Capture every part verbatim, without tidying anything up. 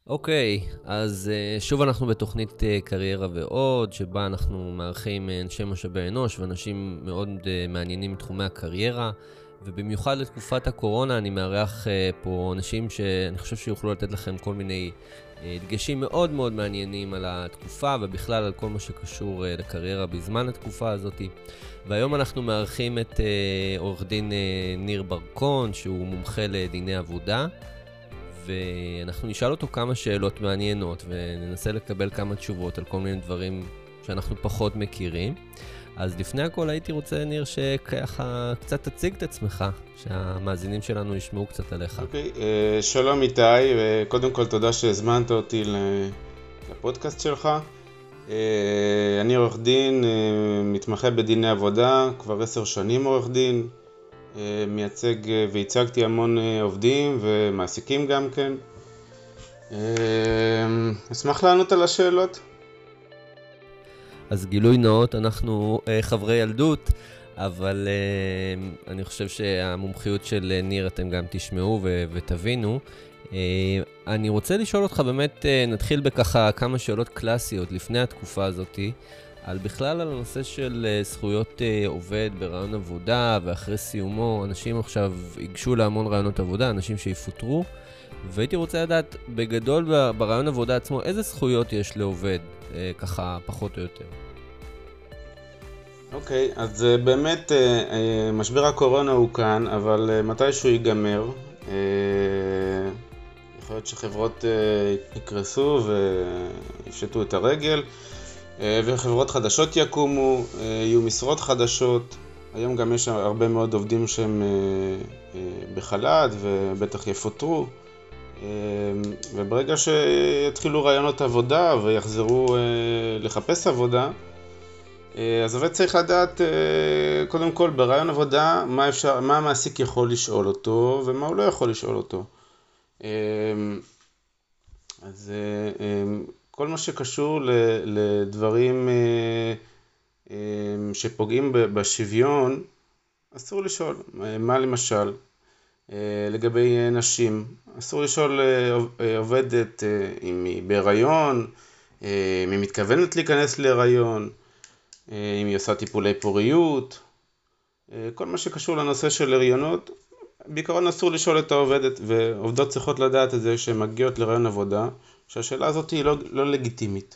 אוקיי, אז אה, שוב אנחנו בתוכנית אה, קריירה ועוד, שבה אנחנו מארחים אה, אנשי משאבי אנוש ואנשים מאוד אה, מעניינים מתחומי הקריירה, ובמיוחד לתקופת הקורונה אני מארח אה, פה אנשים שאני חושב שיוכלו לתת לכם כל מיני אה, דגשים מאוד מאוד מעניינים על התקופה ובכלל על כל מה שקשור אה, לקריירה בזמן התקופה הזאת. והיום אנחנו מארחים את אה, עורך דין אה, ניר ברקון, שהוא מומחה לדיני עבודה, ואנחנו נשאל אותו כמה שאלות מעניינות וננסה לקבל כמה תשובות על כל מיני דברים שאנחנו פחות מכירים. אז לפני הכל הייתי רוצה, ניר, שככה קצת תציג את עצמך, שהמאזינים שלנו ישמעו קצת עליך. אוקיי, okay, שלום איתי, וקודם כל תודה שהזמנת אותי לפודקאסט שלך. אני עורך דין, מתמחה בדיני עבודה, כבר עשר שנים עורך דין, מייצג וייצגתי המון עובדים ומעסיקים גם כן. אשמח לענות על השאלות. אז גילוי נאות, אנחנו uh, חברי ילדות, אבל uh, אני חושב שהמומחיות של ניר אתם גם תשמעו ו- ותבינו. Uh, אני רוצה לשאול אותך באמת, uh, נתחיל בככה כמה שאלות קלאסיות לפני התקופה הזאת, על בכלל על הנושא של uh, זכויות uh, עובד ברעיון עבודה, ואחרי סיומו אנשים עכשיו ייגשו להמון רעיונות עבודה, אנשים שיפוטרו, והייתי רוצה לדעת בגדול ברעיון עבודה עצמו, איזה זכויות יש לעובד, uh, ככה פחות או יותר. אוקיי, okay, אז uh, באמת uh, uh, משבר הקורונה הוא כאן, אבל uh, מתי שהוא ייגמר, uh, יכול להיות שחברות uh, יקרסו ויפשטו את הרגל, וחברות חדשות יקומו, יהיו משרות חדשות. היום גם יש הרבה מאוד עובדים שהם בחל"ת ובטח יפוטרו, וברגע שיתחילו רעיונות עבודה ויחזרו לחפש עבודה, אז עובד צריך לדעת קודם כל ברעיון עבודה מה אפשר, מה המעסיק יכול לשאול אותו ומה הוא לא יכול לשאול אותו. אז כל מה שקשור לדברים שפוגעים בשוויון, אסור לשאול. מה למשל? לגבי נשים, אסור לשאול עובדת אם היא בהיריון, אם היא מתכוונת להיכנס להיריון, אם היא עושה טיפולי פוריות. כל מה שקשור לנושא של הריונות, בעיקרון אסור לשאול את העובדת, ועובדות צריכות לדעת את זה שהן מגיעות לרעיון עבודה, שהשאלה הזאת היא לא, לא לגיטימית.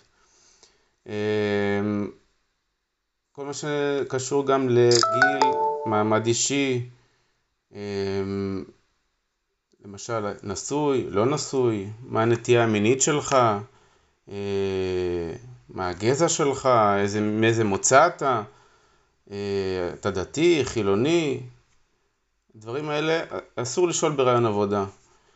כל מה שקשור גם לגיל, מעמד אישי, למשל נשוי, לא נשוי, מה הנטייה המינית שלך, מה הגזע שלך, איזה, מאיזה מוצא אתה, אתה דתי, חילוני, דברים האלה אסור לשאול ברעיון עבודה.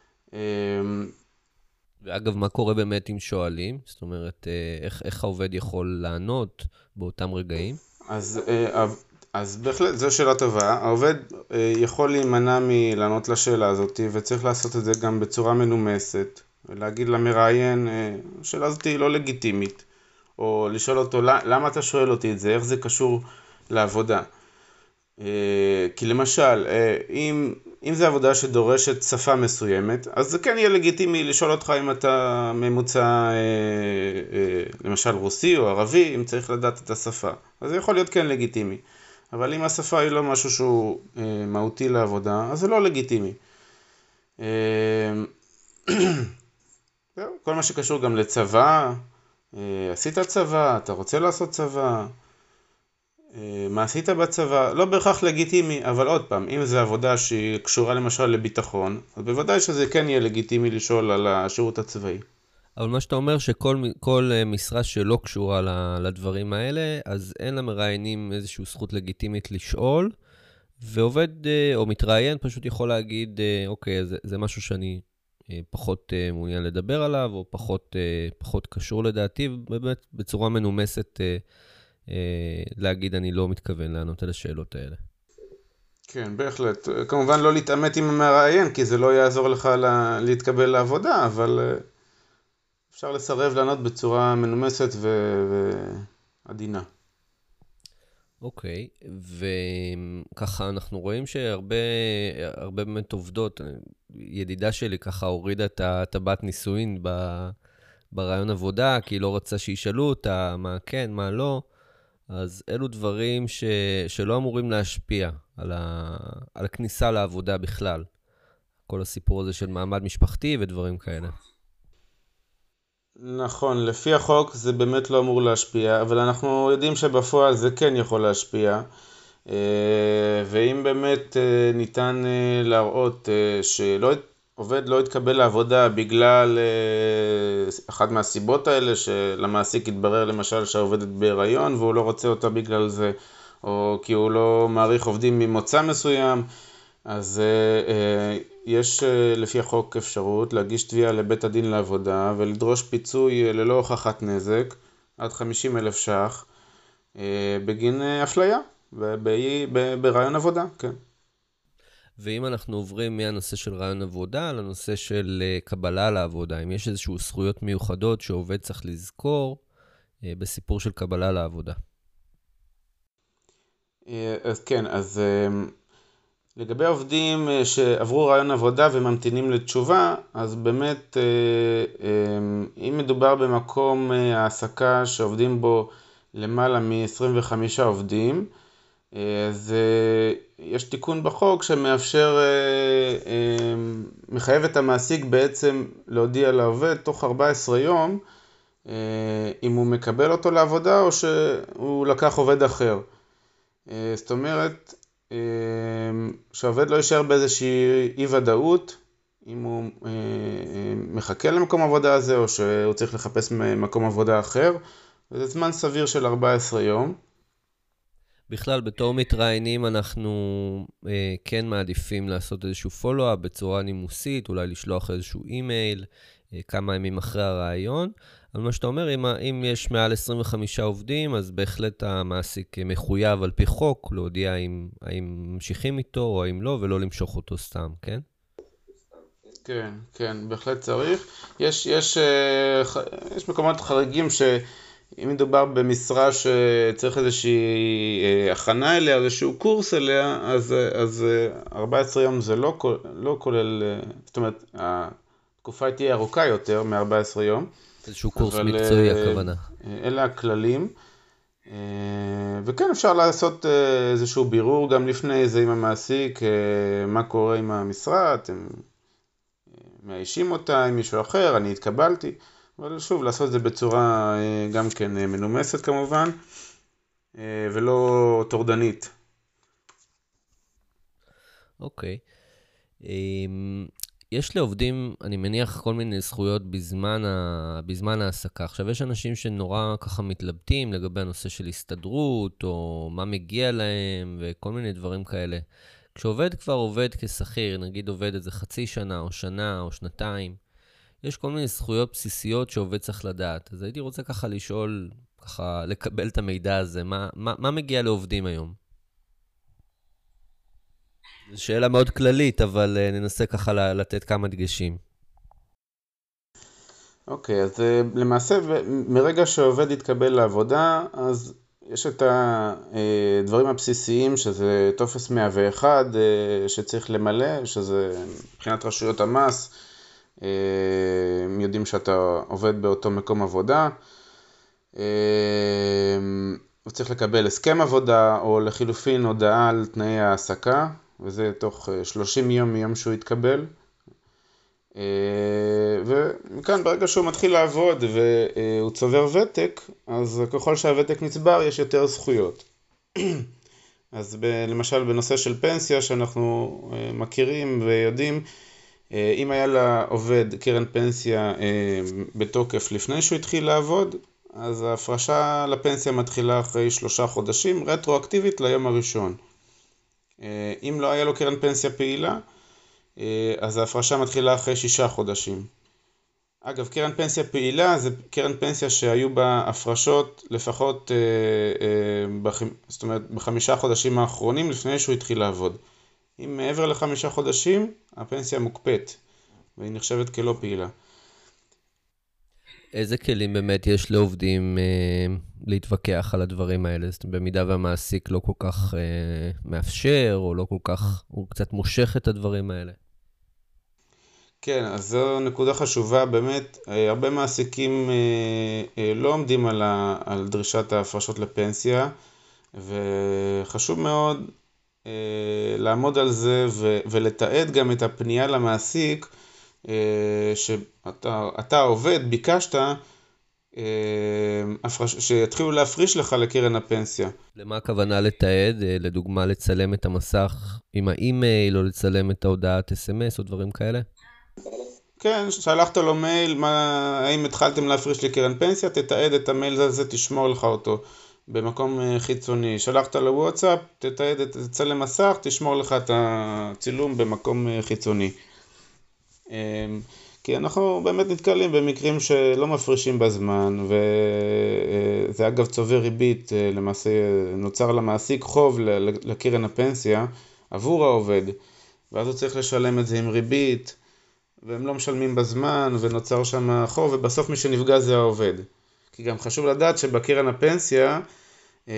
ואגב, מה קורה באמת אם שואלים? זאת אומרת, איך, איך העובד יכול לענות באותם רגעים? אז, אז בהחלט, זו שאלה טובה. העובד יכול להימנע מלענות לשאלה הזאת, וצריך לעשות את זה גם בצורה מנומסת, ולהגיד למראיין, השאלה הזאת היא לא לגיטימית, או לשאול אותו, למה אתה שואל אותי את זה? איך זה קשור לעבודה? כי למשל, אם, אם זה עבודה שדורשת שפה מסוימת, אז זה כן יהיה לגיטימי לשאול אותך אם אתה ממוצא, למשל רוסי או ערבי, אם צריך לדעת את השפה. אז זה יכול להיות כן לגיטימי. אבל אם השפה היא לא משהו שהוא מהותי לעבודה, אז זה לא לגיטימי. כל מה שקשור גם לצבא, עשית צבא, אתה רוצה לעשות צבא, מה עשית בצבא, לא בהכרח לגיטימי, אבל עוד פעם, אם זו עבודה שהיא קשורה למשל לביטחון, אז בוודאי שזה כן יהיה לגיטימי לשאול על השירות הצבאי. אבל מה שאתה אומר שכל כל משרה שלא קשורה לדברים האלה, אז אין למראיינים איזושהי זכות לגיטימית לשאול, ועובד או מתראיין פשוט יכול להגיד, אוקיי, זה, זה משהו שאני פחות מעוניין לדבר עליו, או פחות, פחות קשור לדעתי, ובאמת בצורה מנומסת להגיד אני לא מתכוון לענות על השאלות האלה. כן, בהחלט. כמובן לא להתאמת עם המראיין, כי זה לא יעזור לך לה, להתקבל לעבודה, אבל אפשר לסרב לענות בצורה מנומסת ועדינה. אוקיי, וככה אנחנו רואים שהרבה הרבה באמת עובדות, ידידה שלי ככה הורידה את הטבעת נישואין ב- ברעיון עבודה, כי היא לא רצה שישאלו אותה מה כן, מה לא, אז אלו דברים ש, שלא אמורים להשפיע על, ה, על הכניסה לעבודה בכלל. כל הסיפור הזה של מעמד משפחתי ודברים כאלה. נכון, לפי החוק זה באמת לא אמור להשפיע, אבל אנחנו יודעים שבפועל זה כן יכול להשפיע. אה, ואם באמת אה, ניתן אה, להראות אה, שלא עובד לא יתקבל לעבודה בגלל אה, אחת מהסיבות האלה, שלמעסיק יתברר למשל שהעובדת בהיריון והוא לא רוצה אותה בגלל זה, או כי הוא לא מעריך עובדים ממוצא מסוים, אז אה, אה, יש אה, לפי החוק אפשרות להגיש תביעה לבית הדין לעבודה ולדרוש פיצוי אה, ללא הוכחת נזק עד חמישים אלף ש"ח אה, בגין אה, אפליה ב- ב- ב- ברעיון עבודה, כן. ואם אנחנו עוברים מהנושא של רעיון עבודה לנושא של אה, קבלה לעבודה, אם יש איזשהו זכויות מיוחדות שעובד צריך לזכור אה, בסיפור של קבלה לעבודה. אה, אז כן, אז אה, לגבי עובדים אה, שעברו רעיון עבודה וממתינים לתשובה, אז באמת אה, אה, אם מדובר במקום אה, העסקה שעובדים בו למעלה מ-עשרים וחמישה עובדים, אה, אז אה, יש תיקון בחוק שמאפשר, אה, אה, מחייב את המעסיק בעצם להודיע לעובד תוך ארבעה עשר יום אה, אם הוא מקבל אותו לעבודה או שהוא לקח עובד אחר. אה, זאת אומרת, אה, שהעובד לא יישאר באיזושהי אי ודאות אם הוא אה, אה, מחכה למקום עבודה הזה או שהוא צריך לחפש מקום עבודה אחר, וזה זמן סביר של ארבעה עשר יום. בכלל, בתור מתראיינים אנחנו אה, כן מעדיפים לעשות איזשהו פולו-אפ בצורה נימוסית, אולי לשלוח איזשהו אימייל אה, כמה ימים אחרי הרעיון. אבל מה שאתה אומר, אם, ה- אם יש מעל עשרים וחמישה עובדים, אז בהחלט המעסיק מחויב על פי חוק להודיע אם, האם ממשיכים איתו או האם לא, ולא למשוך אותו סתם, כן? כן, כן, בהחלט צריך. יש, יש, אה, ח- יש מקומות חריגים שאם מדובר במשרה שצריך איזושהי אה, הכנה אליה, איזשהו קורס אליה, אז, אה, אז אה, ארבעה עשר יום זה לא, כול- לא כולל, אה, זאת אומרת, התקופה תהיה ארוכה יותר מ-ארבעה עשר יום, איזשהו קורס אבל מקצועי אה, הכוונה. אה, אלה הכללים. אה, וכן אפשר לעשות אה, איזשהו בירור גם לפני זה עם המעסיק, אה, מה קורה עם המשרה, אתם מאיישים אותה עם מישהו אחר, אני התקבלתי, אבל שוב, לעשות את זה בצורה אה, גם כן אה, מנומסת כמובן, אה, ולא טורדנית. אוקיי. אמ, יש לעובדים, אני מניח, כל מיני זכויות בזמן, ה... בזמן ההעסקה. עכשיו, יש אנשים שנורא ככה מתלבטים לגבי הנושא של הסתדרות, או מה מגיע להם, וכל מיני דברים כאלה. כשעובד כבר עובד כשכיר, נגיד עובד איזה חצי שנה, או שנה, או שנתיים, יש כל מיני זכויות בסיסיות שעובד צריך לדעת. אז הייתי רוצה ככה לשאול, ככה לקבל את המידע הזה, מה, מה, מה מגיע לעובדים היום? זו שאלה מאוד כללית, אבל uh, ננסה ככה ל- לתת כמה דגשים. אוקיי, אז אה, למעשה ב- מרגע שעובד יתקבל לעבודה, אז יש את הדברים הבסיסיים, שזה טופס מאה ואחת אה, שצריך למלא, שזה מבחינת רשויות המס, אה, הם יודעים שאתה עובד באותו מקום עבודה. אה, הוא צריך לקבל הסכם עבודה או לחילופין הודעה על תנאי העסקה, וזה תוך אה, שלושים יום מיום שהוא יתקבל. אה, ומכאן ברגע שהוא מתחיל לעבוד והוא צובר ותק, אז ככל שהוותק נצבר יש יותר זכויות. אז ב- למשל בנושא של פנסיה שאנחנו אה, מכירים ויודעים, אה, אם היה לעובד קרן פנסיה אה, בתוקף לפני שהוא התחיל לעבוד, אז ההפרשה לפנסיה מתחילה אחרי שלושה חודשים, רטרואקטיבית ליום הראשון. אה, אם לא היה לו קרן פנסיה פעילה, אה, אז ההפרשה מתחילה אחרי שישה חודשים. אגב, קרן פנסיה פעילה זה קרן פנסיה שהיו בה הפרשות לפחות, אה, אה, בח... זאת אומרת, בחמישה חודשים האחרונים לפני שהוא התחיל לעבוד. אם מעבר לחמישה חודשים, הפנסיה מוקפאת, והיא נחשבת כלא פעילה. איזה כלים באמת יש לעובדים אה, להתווכח על הדברים האלה? זאת אומרת, במידה והמעסיק לא כל כך אה, מאפשר, או לא כל כך, הוא קצת מושך את הדברים האלה. כן, אז זו נקודה חשובה, באמת, אה, הרבה מעסיקים אה, אה, לא עומדים על, ה, על דרישת ההפרשות לפנסיה, וחשוב מאוד אה, לעמוד על זה ו, ולתעד גם את הפנייה למעסיק, אה, שאתה אתה עובד, ביקשת, אה, הפרש, שיתחילו להפריש לך לקרן הפנסיה. למה הכוונה לתעד? אה, לדוגמה, לצלם את המסך עם האימייל, או לצלם את ההודעת אס אם אס, או דברים כאלה? כן, שלחת לו מייל, מה, האם התחלתם להפריש לקרן פנסיה, תתעד את המייל הזה, תשמור לך אותו במקום אה, חיצוני. שלחת לו וואטסאפ, תתעד, את- תצלם מסך, תשמור לך את הצילום במקום אה, חיצוני. אמ, כי אנחנו באמת נתקלים במקרים שלא מפרישים בזמן, וזה אגב צובר ריבית, אה, למעשה אה, נוצר למעסיק חוב ל- ל- לקרן הפנסיה עבור העובד, ואז הוא צריך לשלם את זה עם ריבית, והם לא משלמים בזמן, ונוצר שם חוב, ובסוף מי שנפגע זה העובד. כי גם חשוב לדעת שבקרן הפנסיה אמ,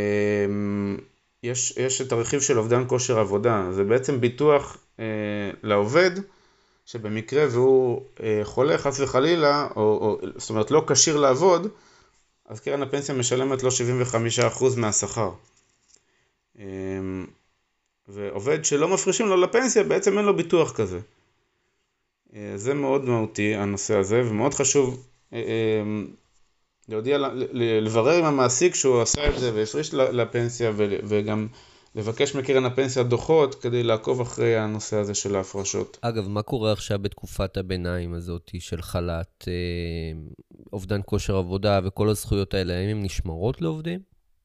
יש, יש את הרכיב של אובדן כושר עבודה. זה בעצם ביטוח אה, לעובד, שבמקרה והוא אה, חולה חס וחלילה, או, או, זאת אומרת לא כשיר לעבוד, אז קרן הפנסיה משלמת לו שבעים וחמישה אחוז מהשכר. אמ, ועובד שלא מפרישים לו לפנסיה, בעצם אין לו ביטוח כזה. אה, זה מאוד מהותי הנושא הזה, ומאוד חשוב אה, אה, להודיע, ל- ל- לברר עם המעסיק שהוא עשה את זה והפריש ל- לפנסיה, ו- וגם לבקש מקרן הפנסיה דוחות כדי לעקוב אחרי הנושא הזה של ההפרשות. אגב, מה קורה עכשיו בתקופת הביניים הזאת של חל"ת, אה, אובדן כושר עבודה וכל הזכויות האלה, האם הן נשמרות לעובדים?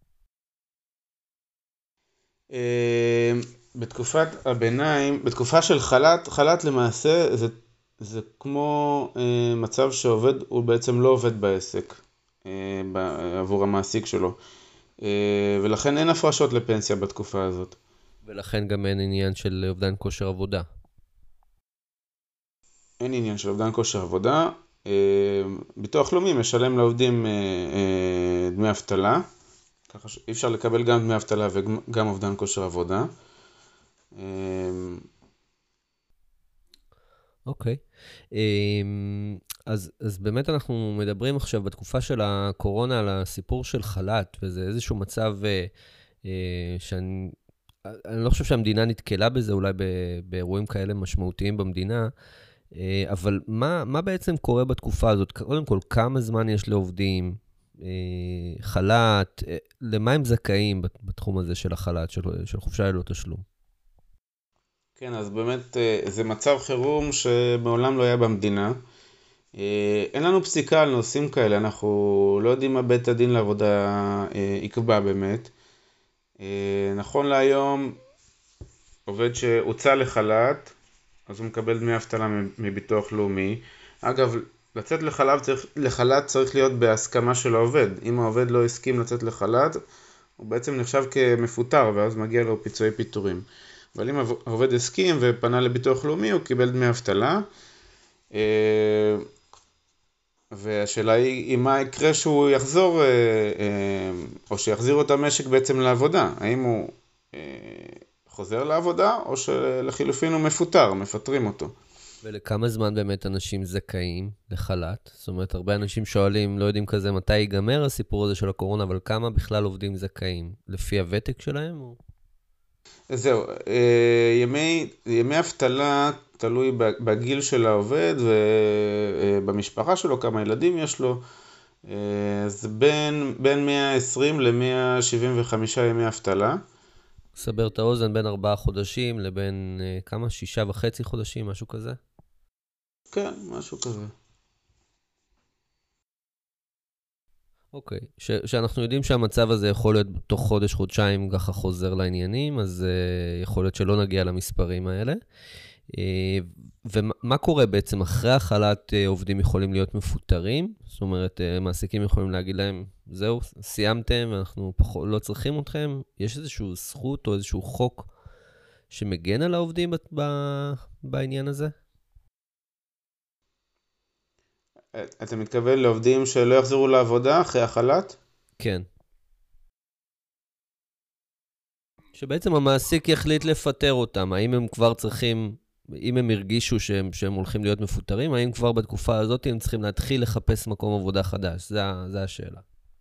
אה, בתקופת הביניים, בתקופה של חל"ת, חל"ת למעשה זה, זה כמו אה, מצב שעובד, הוא בעצם לא עובד בעסק אה, ב- עבור המעסיק שלו, אה, ולכן אין הפרשות לפנסיה בתקופה הזאת. ולכן גם אין עניין של אובדן כושר עבודה. אין עניין של אובדן כושר עבודה. אה, ביטוח לאומי משלם לעובדים אה, אה, דמי אבטלה, ככה שאי אפשר לקבל גם דמי אבטלה וגם אובדן כושר עבודה. אה, אוקיי. אמ, אז, אז באמת אנחנו מדברים עכשיו בתקופה של הקורונה על הסיפור של חל"ת, וזה איזשהו מצב אה, אה, שאני אני לא חושב שהמדינה נתקלה בזה, אולי ב- באירועים כאלה משמעותיים במדינה, אה, אבל מה, מה בעצם קורה בתקופה הזאת? קודם כל, כמה זמן יש לעובדים, אה, חל"ת, אה, למה הם זכאים בת- בתחום הזה של החל"ת, של, של חופשה ללא תשלום? כן, אז באמת אה, זה מצב חירום שמעולם לא היה במדינה. אה, אין לנו פסיקה על נושאים כאלה, אנחנו לא יודעים מה בית הדין לעבודה אה, יקבע באמת. אה, נכון להיום, עובד שהוצא לחל"ת, אז הוא מקבל דמי אבטלה מביטוח לאומי. אגב, לצאת לחל"ת צריך, לחל"ת צריך להיות בהסכמה של העובד. אם העובד לא הסכים לצאת לחל"ת, הוא בעצם נחשב כמפוטר, ואז מגיע לו פיצויי פיטורים. אבל אם העובד הסכים ופנה לביטוח לאומי, הוא קיבל דמי אבטלה. אה, והשאלה היא, מה יקרה שהוא יחזור, אה, אה, או שיחזיר את המשק בעצם לעבודה. האם הוא אה, חוזר לעבודה, או שלחילופין הוא מפוטר, מפטרים אותו. ולכמה זמן באמת אנשים זכאים לחל"ת? זאת אומרת, הרבה אנשים שואלים, לא יודעים כזה מתי ייגמר הסיפור הזה של הקורונה, אבל כמה בכלל עובדים זכאים? לפי הוותק שלהם? או... זהו, אה, ימי, ימי אבטלה תלוי בגיל של העובד ובמשפחה שלו, כמה ילדים יש לו. אה, זה בין, בין מאה ועשרים ל-מאה שבעים וחמישה ימי אבטלה. סבר את האוזן בין ארבעה חודשים לבין אה, כמה? שישה וחצי חודשים, משהו כזה? כן, משהו כזה. אוקיי. ש- שאנחנו יודעים שהמצב הזה יכול להיות תוך חודש, חודשיים, ככה חוזר לעניינים, אז uh, יכול להיות שלא נגיע למספרים האלה. Uh, ומה קורה בעצם אחרי החל"ת uh, עובדים יכולים להיות מפוטרים? זאת אומרת, uh, מעסיקים יכולים להגיד להם, זהו, סיימתם, אנחנו פחות, לא צריכים אתכם. יש איזשהו זכות או איזשהו חוק שמגן על העובדים ב- ב- בעניין הזה? אתה מתכוון לעובדים שלא יחזרו לעבודה אחרי החל"ת? כן. שבעצם המעסיק יחליט לפטר אותם, האם הם כבר צריכים, אם הם הרגישו שהם, שהם הולכים להיות מפוטרים, האם כבר בתקופה הזאת הם צריכים להתחיל לחפש מקום עבודה חדש? זה, זה השאלה.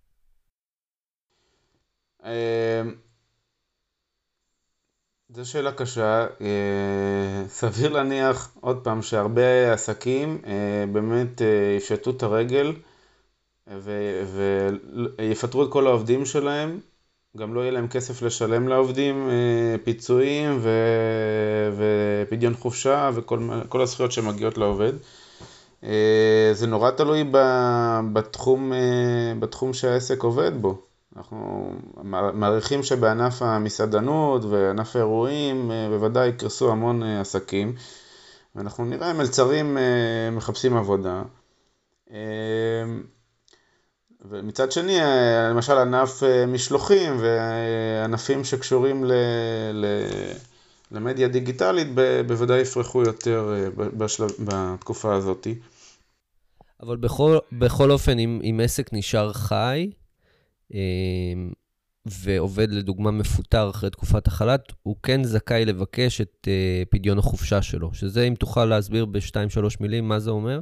זו שאלה קשה. סביר להניח, עוד פעם, שהרבה עסקים באמת יפשטו את הרגל ויפטרו את כל העובדים שלהם. גם לא יהיה להם כסף לשלם לעובדים, פיצויים ופדיון חופשה וכל הזכויות שמגיעות לעובד. זה נורא תלוי בתחום, בתחום שהעסק עובד בו. אנחנו מעריכים שבענף המסעדנות וענף האירועים בוודאי יקרסו המון עסקים, ואנחנו נראה מלצרים מחפשים עבודה. ומצד שני, למשל ענף משלוחים וענפים שקשורים ל... ל... למדיה דיגיטלית בוודאי יפרחו יותר בשלב... בתקופה הזאת. אבל בכל, בכל אופן, אם, אם עסק נשאר חי, ועובד לדוגמה מפוטר אחרי תקופת החל"ת, הוא כן זכאי לבקש את פדיון החופשה שלו, שזה אם תוכל להסביר בשתיים שלוש מילים מה זה אומר?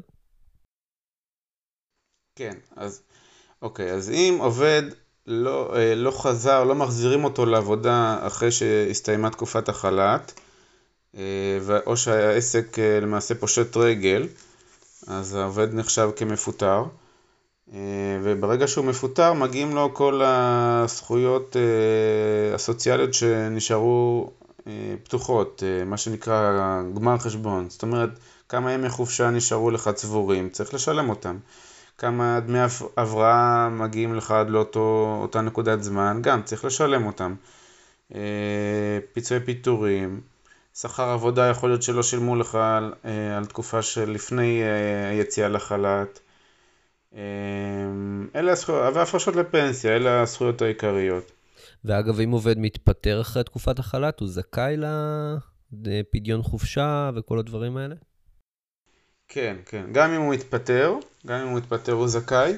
כן, אז אוקיי, אז אם עובד לא, לא חזר, לא מחזירים אותו לעבודה אחרי שהסתיימה תקופת החל"ת, או שהעסק למעשה פושט רגל, אז העובד נחשב כמפוטר, וברגע שהוא מפוטר מגיעים לו כל הזכויות הסוציאליות שנשארו פתוחות, מה שנקרא גמר חשבון. זאת אומרת, כמה ימי חופשה נשארו לך צבורים, צריך לשלם אותם. כמה דמי הבראה מגיעים לך עד לאותה נקודת זמן, גם צריך לשלם אותם. פיצויי פיטורים, שכר עבודה יכול להיות שלא שילמו לך על, על תקופה שלפני היציאה לחל"ת. אלה הזכויות, והפרשות לפנסיה, אלה הזכויות העיקריות. ואגב, אם עובד מתפטר אחרי תקופת החל"ת, הוא זכאי לפדיון חופשה וכל הדברים האלה? כן, כן. גם אם הוא מתפטר, גם אם הוא מתפטר הוא זכאי.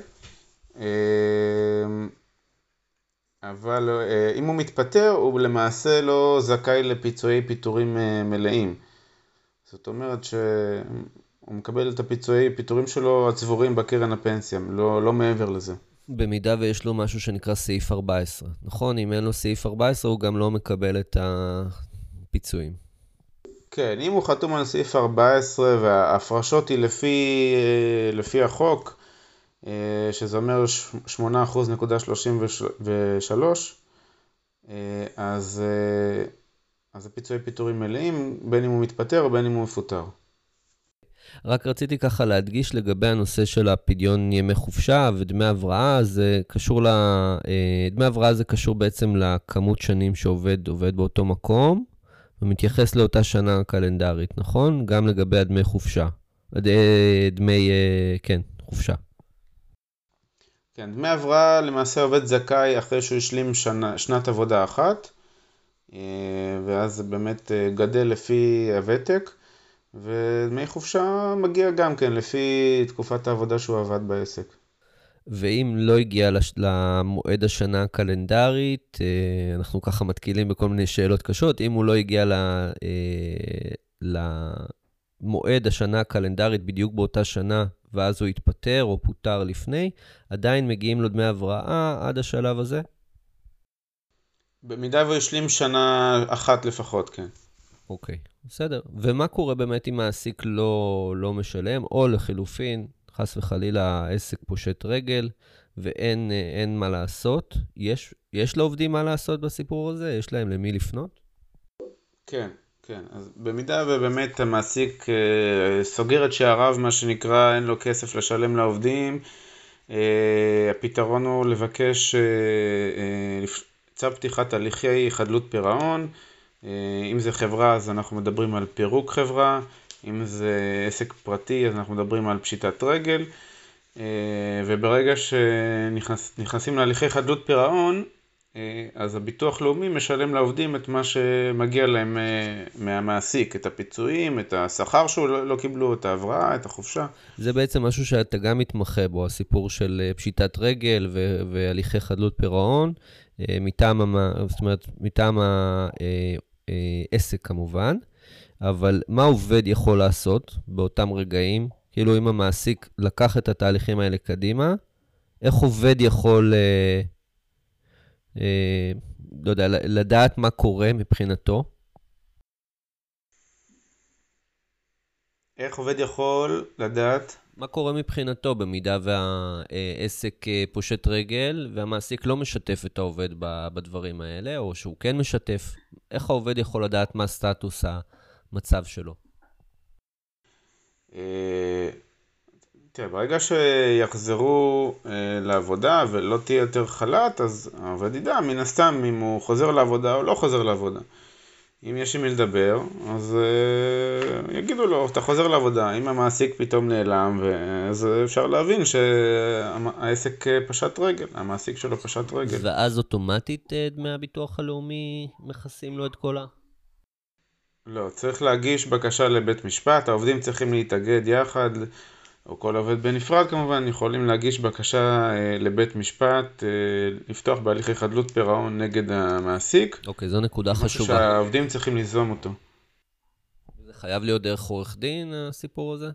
אבל אם הוא מתפטר, הוא למעשה לא זכאי לפיצויי פיטורים מלאים. זאת אומרת שהוא מקבל את הפיצויי פיטורים שלו הצבורים בקרן הפנסיה, לא, לא מעבר לזה. במידה ויש לו משהו שנקרא סעיף ארבע עשרה, נכון? אם אין לו סעיף ארבע עשרה, הוא גם לא מקבל את הפיצויים. כן, אם הוא חתום על סעיף ארבע עשרה וההפרשות היא לפי, לפי החוק, שזה אומר שמונה נקודה שלושים ושלוש, אז, אז הפיצויי פיטורים מלאים, בין אם הוא מתפטר או בין אם הוא מפוטר. רק רציתי ככה להדגיש לגבי הנושא של הפדיון ימי חופשה ודמי הבראה, זה קשור ל... דמי הבראה זה קשור בעצם לכמות שנים שעובד עובד באותו מקום, ומתייחס לאותה שנה קלנדרית, נכון? גם לגבי הדמי חופשה. דמי, כן, חופשה. כן, דמי הבראה למעשה עובד זכאי אחרי שהוא השלים שנה, שנת עבודה אחת, ואז זה באמת גדל לפי הוותק, ודמי חופשה מגיע גם כן לפי תקופת העבודה שהוא עבד בעסק. ואם לא הגיע לש... למועד השנה הקלנדרית, אנחנו ככה מתקילים בכל מיני שאלות קשות, אם הוא לא הגיע ל... למועד השנה הקלנדרית בדיוק באותה שנה, ואז הוא התפטר או פוטר לפני, עדיין מגיעים לו דמי הבראה עד השלב הזה? במידה והוא השלים שנה אחת לפחות, כן. אוקיי, בסדר. ומה קורה באמת אם מעסיק לא, לא משלם, או לחילופין, חס וחלילה העסק פושט רגל, ואין אין מה לעשות? יש, יש לעובדים מה לעשות בסיפור הזה? יש להם למי לפנות? כן, כן. אז במידה ובאמת המעסיק אה, סוגר את שעריו, מה שנקרא, אין לו כסף לשלם לעובדים, אה, הפתרון הוא לבקש אה, אה, צו פתיחת הליכי חדלות פירעון. אה, אם זה חברה, אז אנחנו מדברים על פירוק חברה. אם זה עסק פרטי, אז אנחנו מדברים על פשיטת רגל. וברגע שנכנסים להליכי חדלות פירעון, אז הביטוח לאומי משלם לעובדים את מה שמגיע להם מהמעסיק, את הפיצויים, את השכר שהוא לא, לא קיבלו, את ההבראה, את החופשה. זה בעצם משהו שאתה גם מתמחה בו, הסיפור של פשיטת רגל ו- והליכי חדלות פירעון, מטעם, זאת אומרת, מטעם העסק כמובן, אבל מה עובד יכול לעשות באותם רגעים? כאילו אם המעסיק לקח את התהליכים האלה קדימה, איך עובד יכול, אה, אה, לא יודע, לדעת מה קורה מבחינתו? איך עובד יכול לדעת? מה קורה מבחינתו במידה והעסק פושט רגל והמעסיק לא משתף את העובד בדברים האלה, או שהוא כן משתף? איך העובד יכול לדעת מה סטטוס המצב שלו? תראה, ברגע שיחזרו לעבודה ולא תהיה יותר חל"ת, אז העובד ידע מן הסתם אם הוא חוזר לעבודה או לא חוזר לעבודה. אם יש עם מי לדבר, אז uh, יגידו לו, אתה חוזר לעבודה. אם המעסיק פתאום נעלם, אז אפשר להבין שהעסק פשט רגל, המעסיק שלו פשט רגל. ואז אוטומטית דמי הביטוח הלאומי מכסים לו את כל ה... לא, צריך להגיש בקשה לבית משפט, העובדים צריכים להתאגד יחד, או כל עובד בנפרד כמובן, יכולים להגיש בקשה אה, לבית משפט, אה, לפתוח בהליכי חדלות פירעון נגד המעסיק. אוקיי, זו נקודה משהו חשובה. שהעובדים צריכים ליזום אותו. זה חייב להיות דרך עורך דין, הסיפור הזה?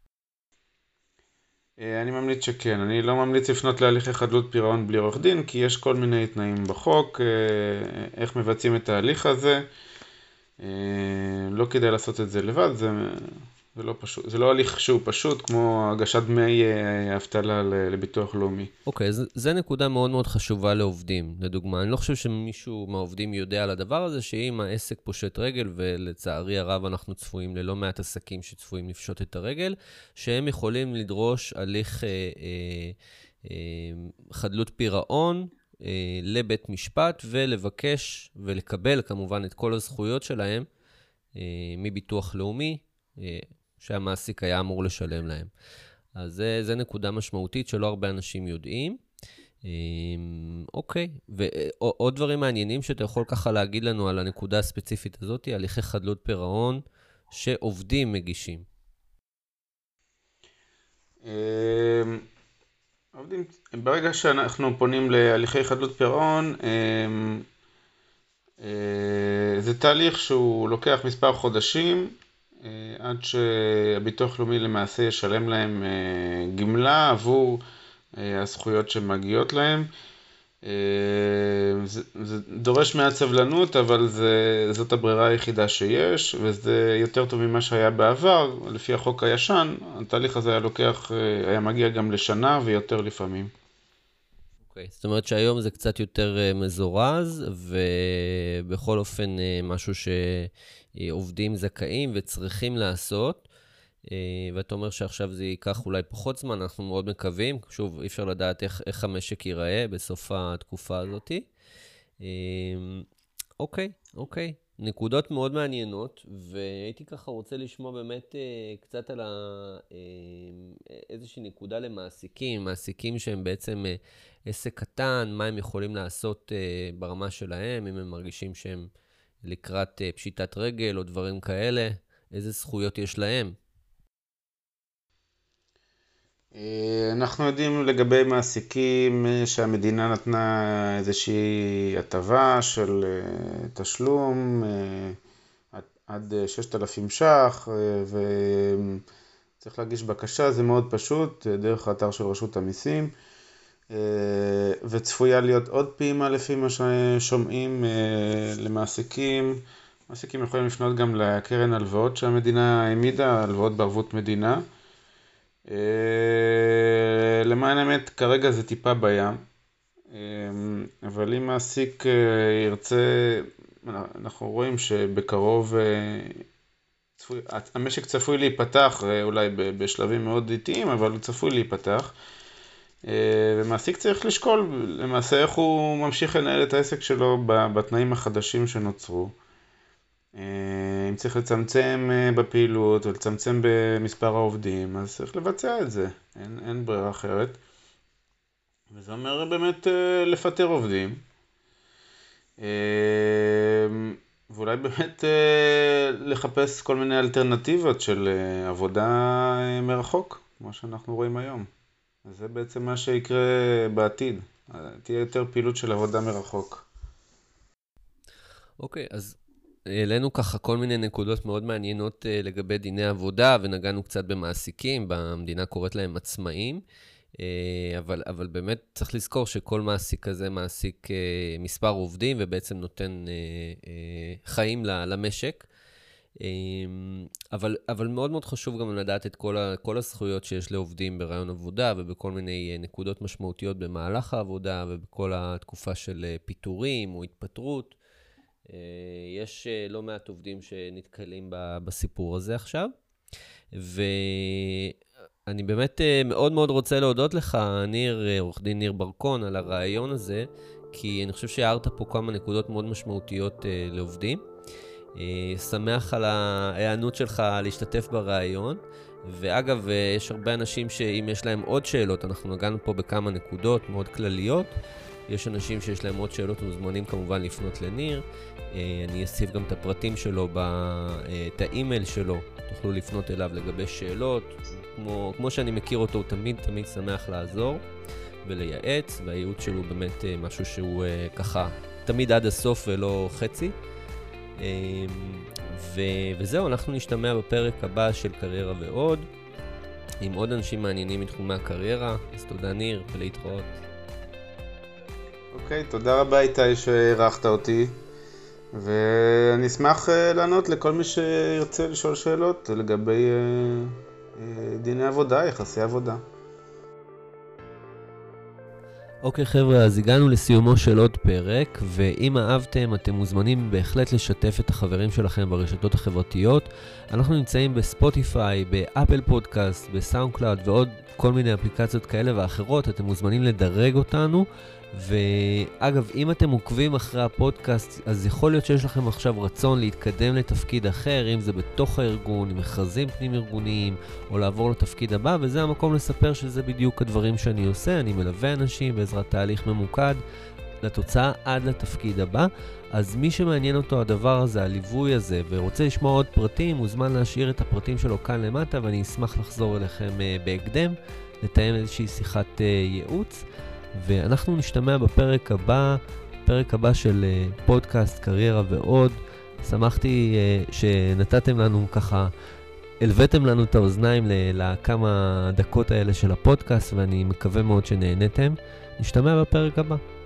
אה, אני ממליץ שכן, אני לא ממליץ לפנות להליכי חדלות פירעון בלי עורך דין, כי יש כל מיני תנאים בחוק, אה, איך מבצעים את ההליך הזה. אה, לא כדאי לעשות את זה לבד, זה... זה לא פשוט, זה לא הליך שהוא פשוט כמו הגשת דמי אבטלה לביטוח לאומי. אוקיי, okay, זה נקודה מאוד מאוד חשובה לעובדים. לדוגמה, אני לא חושב שמישהו מהעובדים יודע על הדבר הזה, שאם העסק פושט רגל, ולצערי הרב אנחנו צפויים ללא מעט עסקים שצפויים לפשוט את הרגל, שהם יכולים לדרוש הליך אה, אה, אה, חדלות פירעון אה, לבית משפט, ולבקש ולקבל כמובן את כל הזכויות שלהם אה, מביטוח לאומי, אה, שהמעסיק היה אמור לשלם להם. אז זה, זה נקודה משמעותית שלא הרבה אנשים יודעים. אוקיי, ועוד דברים מעניינים שאתה יכול ככה להגיד לנו על הנקודה הספציפית הזאת, הליכי חדלות פירעון שעובדים מגישים. עובדים, ברגע שאנחנו פונים להליכי חדלות פירעון, זה תהליך שהוא לוקח מספר חודשים, עד שהביטוח לאומי למעשה ישלם להם גמלה עבור הזכויות שמגיעות להם. זה, זה דורש מעט סבלנות, אבל זה, זאת הברירה היחידה שיש, וזה יותר טוב ממה שהיה בעבר. לפי החוק הישן, התהליך הזה היה לוקח, היה מגיע גם לשנה ויותר לפעמים. אוקיי, זאת אומרת שהיום זה קצת יותר מזורז, ובכל אופן משהו שעובדים זכאים וצריכים לעשות, ואתה אומר שעכשיו זה ייקח אולי פחות זמן, אנחנו מאוד מקווים, שוב, אי אפשר לדעת איך, איך המשק ייראה בסוף התקופה הזאת. אוקיי, אוקיי, נקודות מאוד מעניינות, והייתי ככה רוצה לשמוע באמת קצת על איזושהי נקודה למעסיקים, מעסיקים שהם בעצם עסק קטן, מה הם יכולים לעשות ברמה שלהם, אם הם מרגישים שהם לקראת פשיטת רגל או דברים כאלה, איזה זכויות יש להם? אנחנו יודעים לגבי מעסיקים שהמדינה נתנה איזושהי הטבה של תשלום עד ששת אלפים ש"ח, וצריך להגיש בקשה, זה מאוד פשוט, דרך האתר של רשות המיסים, וצפויה להיות עוד פעימה לפי מה ששומעים למעסיקים. מעסיקים יכולים לפנות גם לקרן הלוואות שהמדינה העמידה, הלוואות בערבות מדינה. למען האמת, כרגע זה טיפה בים, אבל אם מעסיק ירצה, אנחנו רואים שבקרוב צפוי, המשק צפוי להיפתח, אולי בשלבים מאוד איטיים, אבל הוא צפוי להיפתח, ומעסיק צריך לשקול למעשה איך הוא ממשיך לנהל את העסק שלו בתנאים החדשים שנוצרו. אם צריך לצמצם בפעילות או לצמצם במספר העובדים, אז צריך לבצע את זה, אין, אין ברירה אחרת. וזה אומר באמת לפטר עובדים, ואולי באמת לחפש כל מיני אלטרנטיבות של עבודה מרחוק, כמו שאנחנו רואים היום. אז זה בעצם מה שיקרה בעתיד. תהיה יותר פעילות של עבודה מרחוק. אוקיי, אז העלינו ככה כל מיני נקודות מאוד מעניינות לגבי דיני עבודה, ונגענו קצת במעסיקים, במדינה קוראת להם עצמאים, אבל, אבל באמת צריך לזכור שכל מעסיק כזה מעסיק מספר עובדים, ובעצם נותן חיים למשק. אבל, אבל מאוד מאוד חשוב גם לדעת את כל, ה, כל הזכויות שיש לעובדים ברעיון עבודה, ובכל מיני נקודות משמעותיות במהלך העבודה, ובכל התקופה של פיטורים או התפטרות. יש לא מעט עובדים שנתקלים בסיפור הזה עכשיו, ואני באמת מאוד מאוד רוצה להודות לך, ניר, עורך דין ניר ברקון, על הרעיון הזה, כי אני חושב שהערת פה כמה נקודות מאוד משמעותיות לעובדים. שמח על ההיענות שלך להשתתף ברעיון, ואגב, יש הרבה אנשים שאם יש להם עוד שאלות, אנחנו נגענו פה בכמה נקודות מאוד כלליות, יש אנשים שיש להם עוד שאלות ומוזמנים כמובן לפנות לניר. אני אוסיף גם את הפרטים שלו, את האימייל שלו, תוכלו לפנות אליו לגבי שאלות. כמו, כמו שאני מכיר אותו, הוא תמיד תמיד שמח לעזור ולייעץ, והייעוץ שלו באמת משהו שהוא ככה תמיד עד הסוף ולא חצי. ו, וזהו, אנחנו נשתמע בפרק הבא של קריירה ועוד, עם עוד אנשים מעניינים מתחומי הקריירה. אז תודה ניר, ולהתראות. אוקיי, תודה רבה איתי שערכת אותי, ואני אשמח לענות לכל מי שירצה לשאול שאלות לגבי דיני עבודה, יחסי עבודה. אוקיי חבר'ה, אז הגענו לסיומו של עוד פרק, ואם אהבתם אתם מוזמנים בהחלט לשתף את החברים שלכם ברשתות החברתיות. אנחנו נמצאים בספוטיפיי, באפל פודקאסט, בסאונד קלאוד ועוד כל מיני אפליקציות כאלה ואחרות. אתם מוזמנים לדרג אותנו, ואגב, אם אתם עוקבים אחרי הפודקאסט, אז יכול להיות שיש לכם עכשיו רצון להתקדם לתפקיד אחר, אם זה בתוך הארגון, עם מכרזים פנים ארגוניים, או לעבור לתפקיד הבא, וזה המקום לספר שזה בדיוק הדברים שאני עושה. אני מלווה אנשים בעזרת תהליך ממוקד לתוצאה עד לתפקיד הבא. אז מי שמעניין אותו הדבר הזה, הליווי הזה, ורוצה לשמוע עוד פרטים, מוזמן להשאיר את הפרטים שלו כאן למטה, ואני אשמח לחזור אליכם בהקדם, לתאם איזושהי שיחת ייעוץ. ואנחנו נשתמע בפרק הבא, פרק הבא של פודקאסט קריירה ועוד. שמחתי שנתתם לנו ככה, הלוויתם לנו את האוזניים לכמה דקות האלה של הפודקאסט, ואני מקווה מאוד שנהנתם. נשתמע בפרק הבא.